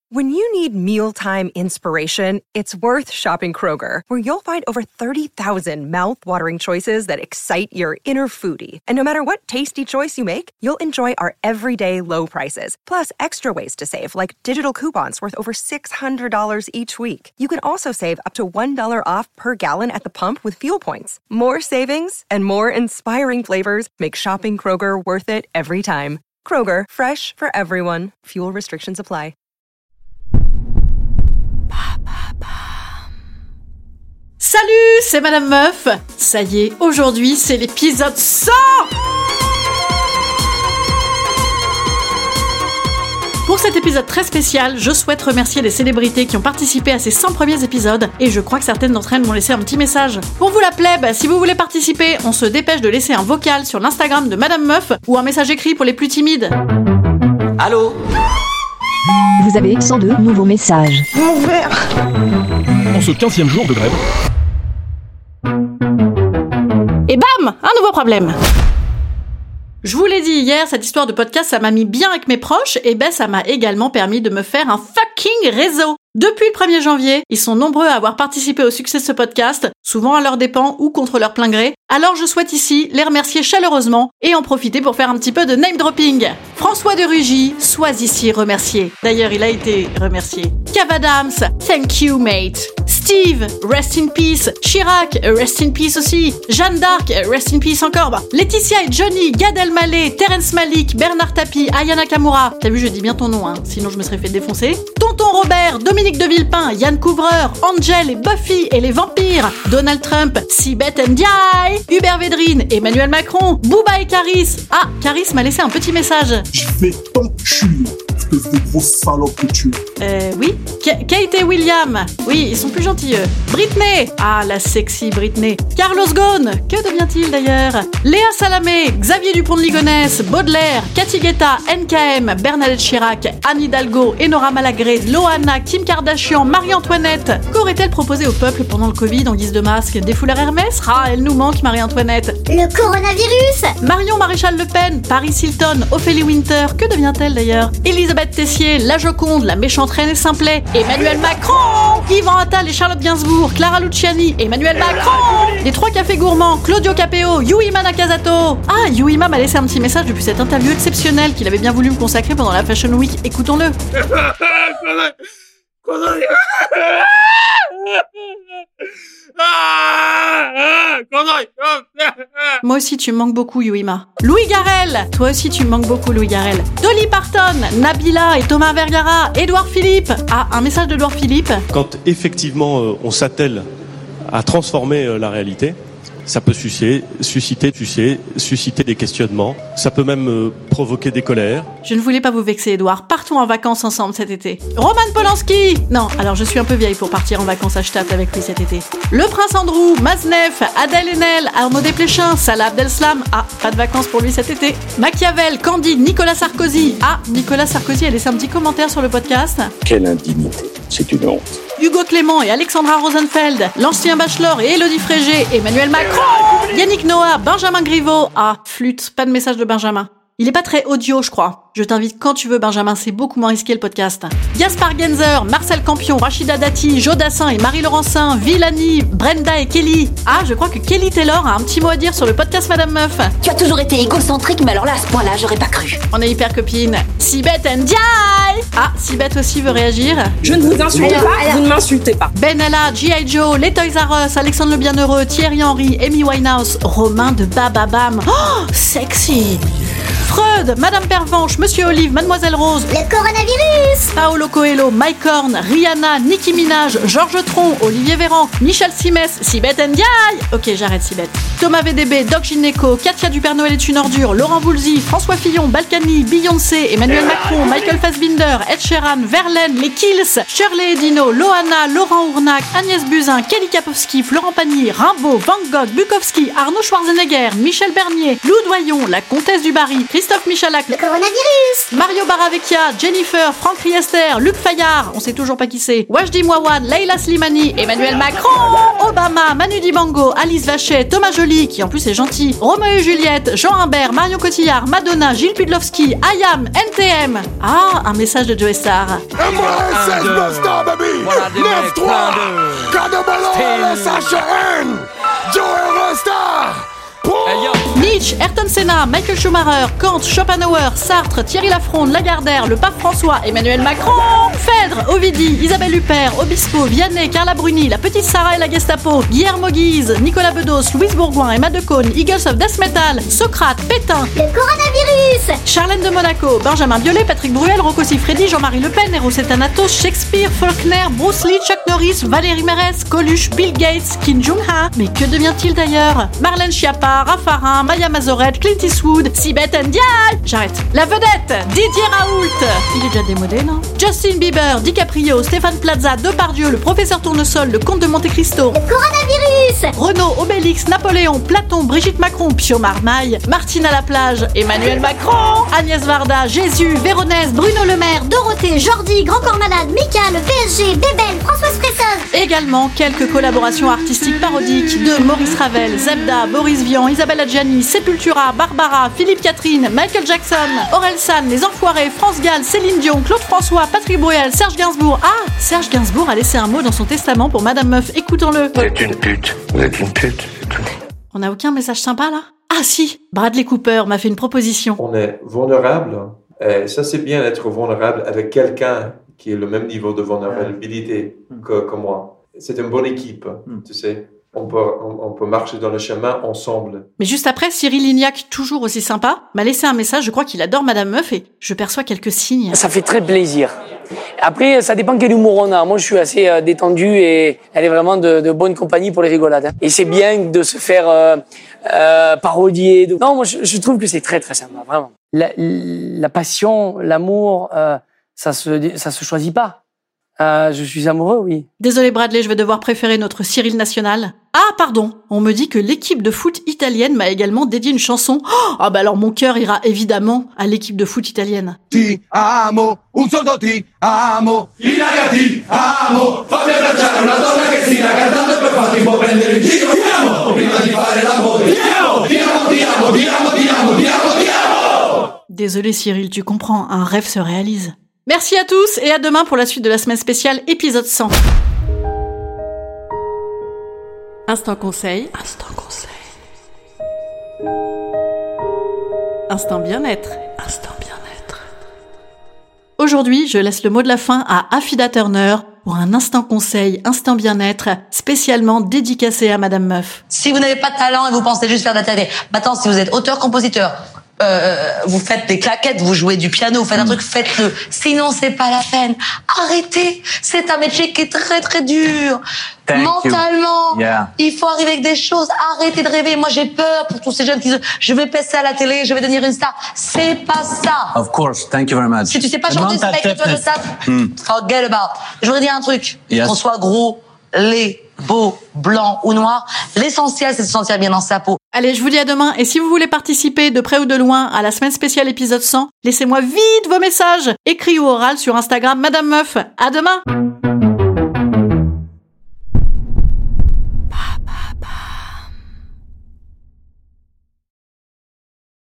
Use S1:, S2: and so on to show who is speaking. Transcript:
S1: When you need mealtime inspiration, it's worth shopping Kroger, where you'll find over 30,000 mouth-watering choices that excite your inner foodie. And no matter what tasty choice you make, you'll enjoy our everyday low prices, plus extra ways to save, like digital coupons worth over $600 each week. You can also save up to $1 off per gallon at the pump with fuel points. More savings and more inspiring flavors make shopping Kroger worth it every time. Kroger, fresh for everyone. Fuel restrictions apply.
S2: Salut, c'est Madame Meuf. Ça y est, aujourd'hui, c'est l'épisode 100. Pour cet épisode très spécial, je souhaite remercier les célébrités qui ont participé à ces 100 premiers épisodes, et je crois que certaines d'entre elles m'ont laissé un petit message. Pour vous la plèbe, si vous voulez participer, on se dépêche de laisser un vocal sur l'Instagram de Madame Meuf, ou un message écrit pour les plus timides.
S3: Allô ?
S4: Vous avez 102 nouveaux messages.
S3: Mon verre !
S5: En ce 15e jour de grève.
S2: Et bam, un nouveau problème. Je vous l'ai dit hier, cette histoire de podcast, ça m'a mis bien avec mes proches, et ça m'a également permis de me faire un fucking réseau. Depuis le 1er janvier, ils sont nombreux à avoir participé au succès de ce podcast, souvent à leurs dépens ou contre leur plein gré. Alors je souhaite ici les remercier chaleureusement et en profiter pour faire un petit peu de name dropping. François de Rugy, sois ici remercié. D'ailleurs, il a été remercié. Kev Adams, thank you mate. Steve, rest in peace. Chirac, rest in peace aussi. Jeanne d'Arc, rest in peace encore. Laetitia et Johnny, Gad Elmaleh, Terence Malick, Bernard Tapie, Aya Nakamura. T'as vu, je dis bien ton nom, sinon je me serais fait défoncer. Tonton Robert, Dominique de Villepin, Yann Couvreur, Angel et Buffy et les vampires, Donald Trump, Sibeth Ndiaye, Hubert Védrine, Emmanuel Macron, Booba et Caris. Ah, Caris m'a laissé un petit message.
S6: Je vais t'enculer, espèce de grosse salope que tu es.
S2: Oui. Kate et William. Oui, ils sont plus gentils, eux. Britney. Ah, la sexy Britney. Carlos Ghosn. Que devient-il d'ailleurs? Léa Salamé, Xavier Dupont de Ligonnès, Baudelaire, Cathy Guetta, NKM, Bernadette Chirac, Anne Hidalgo, Enora Malagré, Loana, Kim Kardashian, Marie-Antoinette. Qu'aurait-elle proposé au peuple pendant le Covid en guise de masque? Des foulards Hermès? Ah, elle nous manque, Marie-Antoinette.
S7: Le coronavirus.
S2: Marion Maréchal Le Pen, Paris Hilton, Ophélie Winter. Que devient-elle d'ailleurs? Elisabeth Tessier, la Joconde, la méchante reine et simplet, Emmanuel Macron, Yvan Attal et Charlotte Gainsbourg, Clara Luciani, Emmanuel Macron, les 3 cafés gourmands, Claudio Capéo, Yuima Nakazato. Ah, Yuima m'a laissé un petit message depuis cette interview exceptionnelle qu'il avait bien voulu me consacrer pendant la Fashion Week. Écoutons-le. Moi aussi tu me manques beaucoup, Yuima. Louis Garrel, toi aussi tu me manques beaucoup, Louis Garrel. Dolly Parton, Nabila et Thomas Vergara, Édouard Philippe. Ah, un message d'Édouard Philippe.
S8: Quand effectivement on s'attelle à transformer la réalité, ça peut susciter des questionnements. Ça peut même provoquer des colères.
S2: Je ne voulais pas vous vexer, Edouard. Partons en vacances ensemble cet été. Roman Polanski. Non, alors je suis un peu vieille pour partir en vacances à Stade avec lui cet été. Le Prince Andrew, Maznef, Adèle Haenel, Arnaud Desplechin, Salah Abdeslam. Ah, pas de vacances pour lui cet été. Machiavel, Candide, Nicolas Sarkozy. Ah, Nicolas Sarkozy a laissé un petit commentaire sur le podcast.
S6: Quelle indignité, c'est une honte.
S2: Hugo Clément et Alexandra Rosenfeld, l'ancien Bachelor et Élodie Frégé, Emmanuel Macron, Yannick Noah, Benjamin Griveaux. Ah, flûte, pas de message de Benjamin. Il est pas très audio, je crois. Je t'invite quand tu veux, Benjamin, c'est beaucoup moins risqué le podcast. Gaspard Genzer, Marcel Campion, Rachida Dati, Jo Dassin et Marie Laurencin, Villani, Brenda et Kelly. Ah, je crois que Kelly Taylor a un petit mot à dire sur le podcast Madame Meuf.
S7: Tu as toujours été égocentrique, mais alors là, à ce point-là, j'aurais pas cru.
S2: On est hyper copines. Sibeth Ndiaye. Ah, Sibeth aussi veut réagir.
S9: Je ne vous insulte pas, vous ne m'insultez pas.
S2: Benalla, G.I. Joe, les Toys R Us, Alexandre le Bienheureux, Thierry Henry, Amy Winehouse, Romain de Bababam. Oh, sexy. Freud, Madame Pervenche, Monsieur Olive, Mademoiselle Rose,
S7: le coronavirus,
S2: Paolo Coelho, Mike Horn, Rihanna, Nicki Minaj, Georges Tron, Olivier Véran, Michel Simès, Sibeth Ndiaye. Ok, j'arrête Sibeth. Thomas VDB, Doc Gynéco, Katia du Père Noël est une ordure, Laurent Voulzy, François Fillon, Balkany, Beyoncé, Emmanuel Macron, Michael Fassbinder, Ed Sheeran, Verlaine, les Kills, Shirley Edino, Loana, Laurent Ournac, Agnès Buzyn, Kelly Kapowski, Florent Pagny, Rimbaud, Van Gogh, Bukowski, Arnaud Schwarzenegger, Michel Bernier, Lou Doyon, la Comtesse du Barry, Christophe Michalak,
S7: le coronavirus,
S2: Mario Baravecchia, Jennifer, Franck Riester, Forester, Luc Fayard, on sait toujours pas qui c'est, Wajdi Mouawad, Leila Slimani, Emmanuel Macron, Obama, Manu Dibango, Alice Vachet, Thomas Joly, qui en plus est gentil, Roméo et Juliette, Jean Humbert, Marion Cotillard, Madonna, Gilles Pudlowski, IAM, NTM. Ah, un message de Joe Star.
S3: MOSS Buster, baby! 9-3! Cardebolo, SHN! Joe Star!
S2: Nietzsche, Ayrton Senna, Michael Schumacher, Kant, Schopenhauer, Sartre, Thierry Lafronde, Lagardère, le pape François, Emmanuel Macron, Phèdre, Ovidie, Isabelle Huppert, Obispo, Vianney, Carla Bruni, la petite Sarah et la Gestapo, Guillermo Guise, Nicolas Bedos, Louise Bourgoin, Emma Decaune, Eagles of Death Metal, Socrate, Pétain,
S7: Le coronavirus.
S2: Charlène de Monaco, Benjamin Biolay, Patrick Bruel, Rocco Siffredi, Jean-Marie Le Pen, Eros Thanatos, Shakespeare, Faulkner, Bruce Lee, Chuck Norris, Valérie Mérès, Coluche, Bill Gates, Kim Jong-un. Mais que devient-il d'ailleurs? Marlène Schiappa, Raffarin, Maya Mazoret, Clint Eastwood, Sibeth Ndiaye. J'arrête. La vedette, Didier Raoult. Il est déjà démodé, non? Justin Bieber, DiCaprio, Stéphane Plaza, Depardieu, le professeur Tournesol, le comte de Monte-Cristo.
S7: Le coronavirus.
S2: Renaud, Obélix, Napoléon, Platon, Brigitte Macron, Pio Marmaille, Martine à la plage, Emmanuel Macron, Agnès Varda, Jésus, Véronèse, Bruno Le Maire,
S7: Dorothée, Jordi, Grand Corps Malade, Mika, le PSG, Bébel, Françoise Fresson.
S2: Également quelques collaborations artistiques parodiques de Maurice Ravel, Zebda, Boris Vian, Isabelle Adjani, Sepultura, Barbara, Philippe Catherine, Michael Jackson, Aurel San, Les Enfoirés, France Gall, Céline Dion, Claude François, Patrick Bruel, Serge Gainsbourg. Ah, Serge Gainsbourg a laissé un mot dans son testament pour Madame Meuf, écoutons-le.
S10: Vous êtes une pute, c'est tout.
S2: On n'a aucun message sympa là? Ah si, Bradley Cooper m'a fait une proposition.
S11: On est vulnérable, et ça c'est bien d'être vulnérable avec quelqu'un qui est le même niveau de vulnérabilité que moi. C'est une bonne équipe, tu sais. On peut marcher dans le chemin ensemble.
S2: Mais juste après, Cyril Lignac, toujours aussi sympa, m'a laissé un message. Je crois qu'il adore Madame Meuf et je perçois quelques signes.
S12: Ça fait très plaisir. Après, ça dépend quel humour on a. Moi, je suis assez détendu et elle est vraiment de bonne compagnie pour les rigolades. Hein. Et c'est bien de se faire parodier. Non, moi, je trouve que c'est très très sympa, vraiment. La passion, l'amour, ça se choisit pas. Je suis amoureux, oui.
S2: Désolé Bradley, je vais devoir préférer notre Cyril national. Ah, pardon, on me dit que l'équipe de foot italienne m'a également dédié une chanson. Ah bah alors mon cœur ira évidemment à l'équipe de foot italienne.
S3: Ti amo, un soldo ti amo. I ragazzi amo, fammi abbracciare una donna che stia cantando per farti un po' prendere in giro. Ti amo, prima di fare l'amore. Ti amo, ti amo, ti amo, ti amo, ti amo, ti amo, ti amo.
S2: Désolé Cyril, tu comprends, un rêve se réalise. Merci à tous et à demain pour la suite de la semaine spéciale épisode 100. Instant conseil. Instant conseil. Instant bien-être. Instant bien-être. Aujourd'hui, je laisse le mot de la fin à Affida Turner pour un instant conseil, instant bien-être, spécialement dédicacé à Madame Meuf.
S13: Si vous n'avez pas de talent et vous pensez juste faire de la télé, maintenant si vous êtes auteur-compositeur, vous faites des claquettes, vous jouez du piano, vous faites un truc, faites-le. Sinon, c'est pas la peine. Arrêtez. C'est un métier qui est très, très dur. Mentalement. Il faut arriver avec des choses. Arrêtez de rêver. Moi, j'ai peur pour tous ces jeunes qui disent, je vais passer à la télé, je vais devenir une star. C'est pas ça.
S14: Of course. Thank you very much.
S13: Si tu sais pas chanter, c'est mec, tu veux ça. Forget about. Je voudrais dire un truc. Qu'on soit gros, laid, beau, blanc ou noir, l'essentiel, c'est de se sentir bien dans sa peau.
S2: Allez, je vous dis à demain. Et si vous voulez participer de près ou de loin à la semaine spéciale épisode 100, laissez-moi vite vos messages, écrits ou oral sur Instagram Madame Meuf. À demain!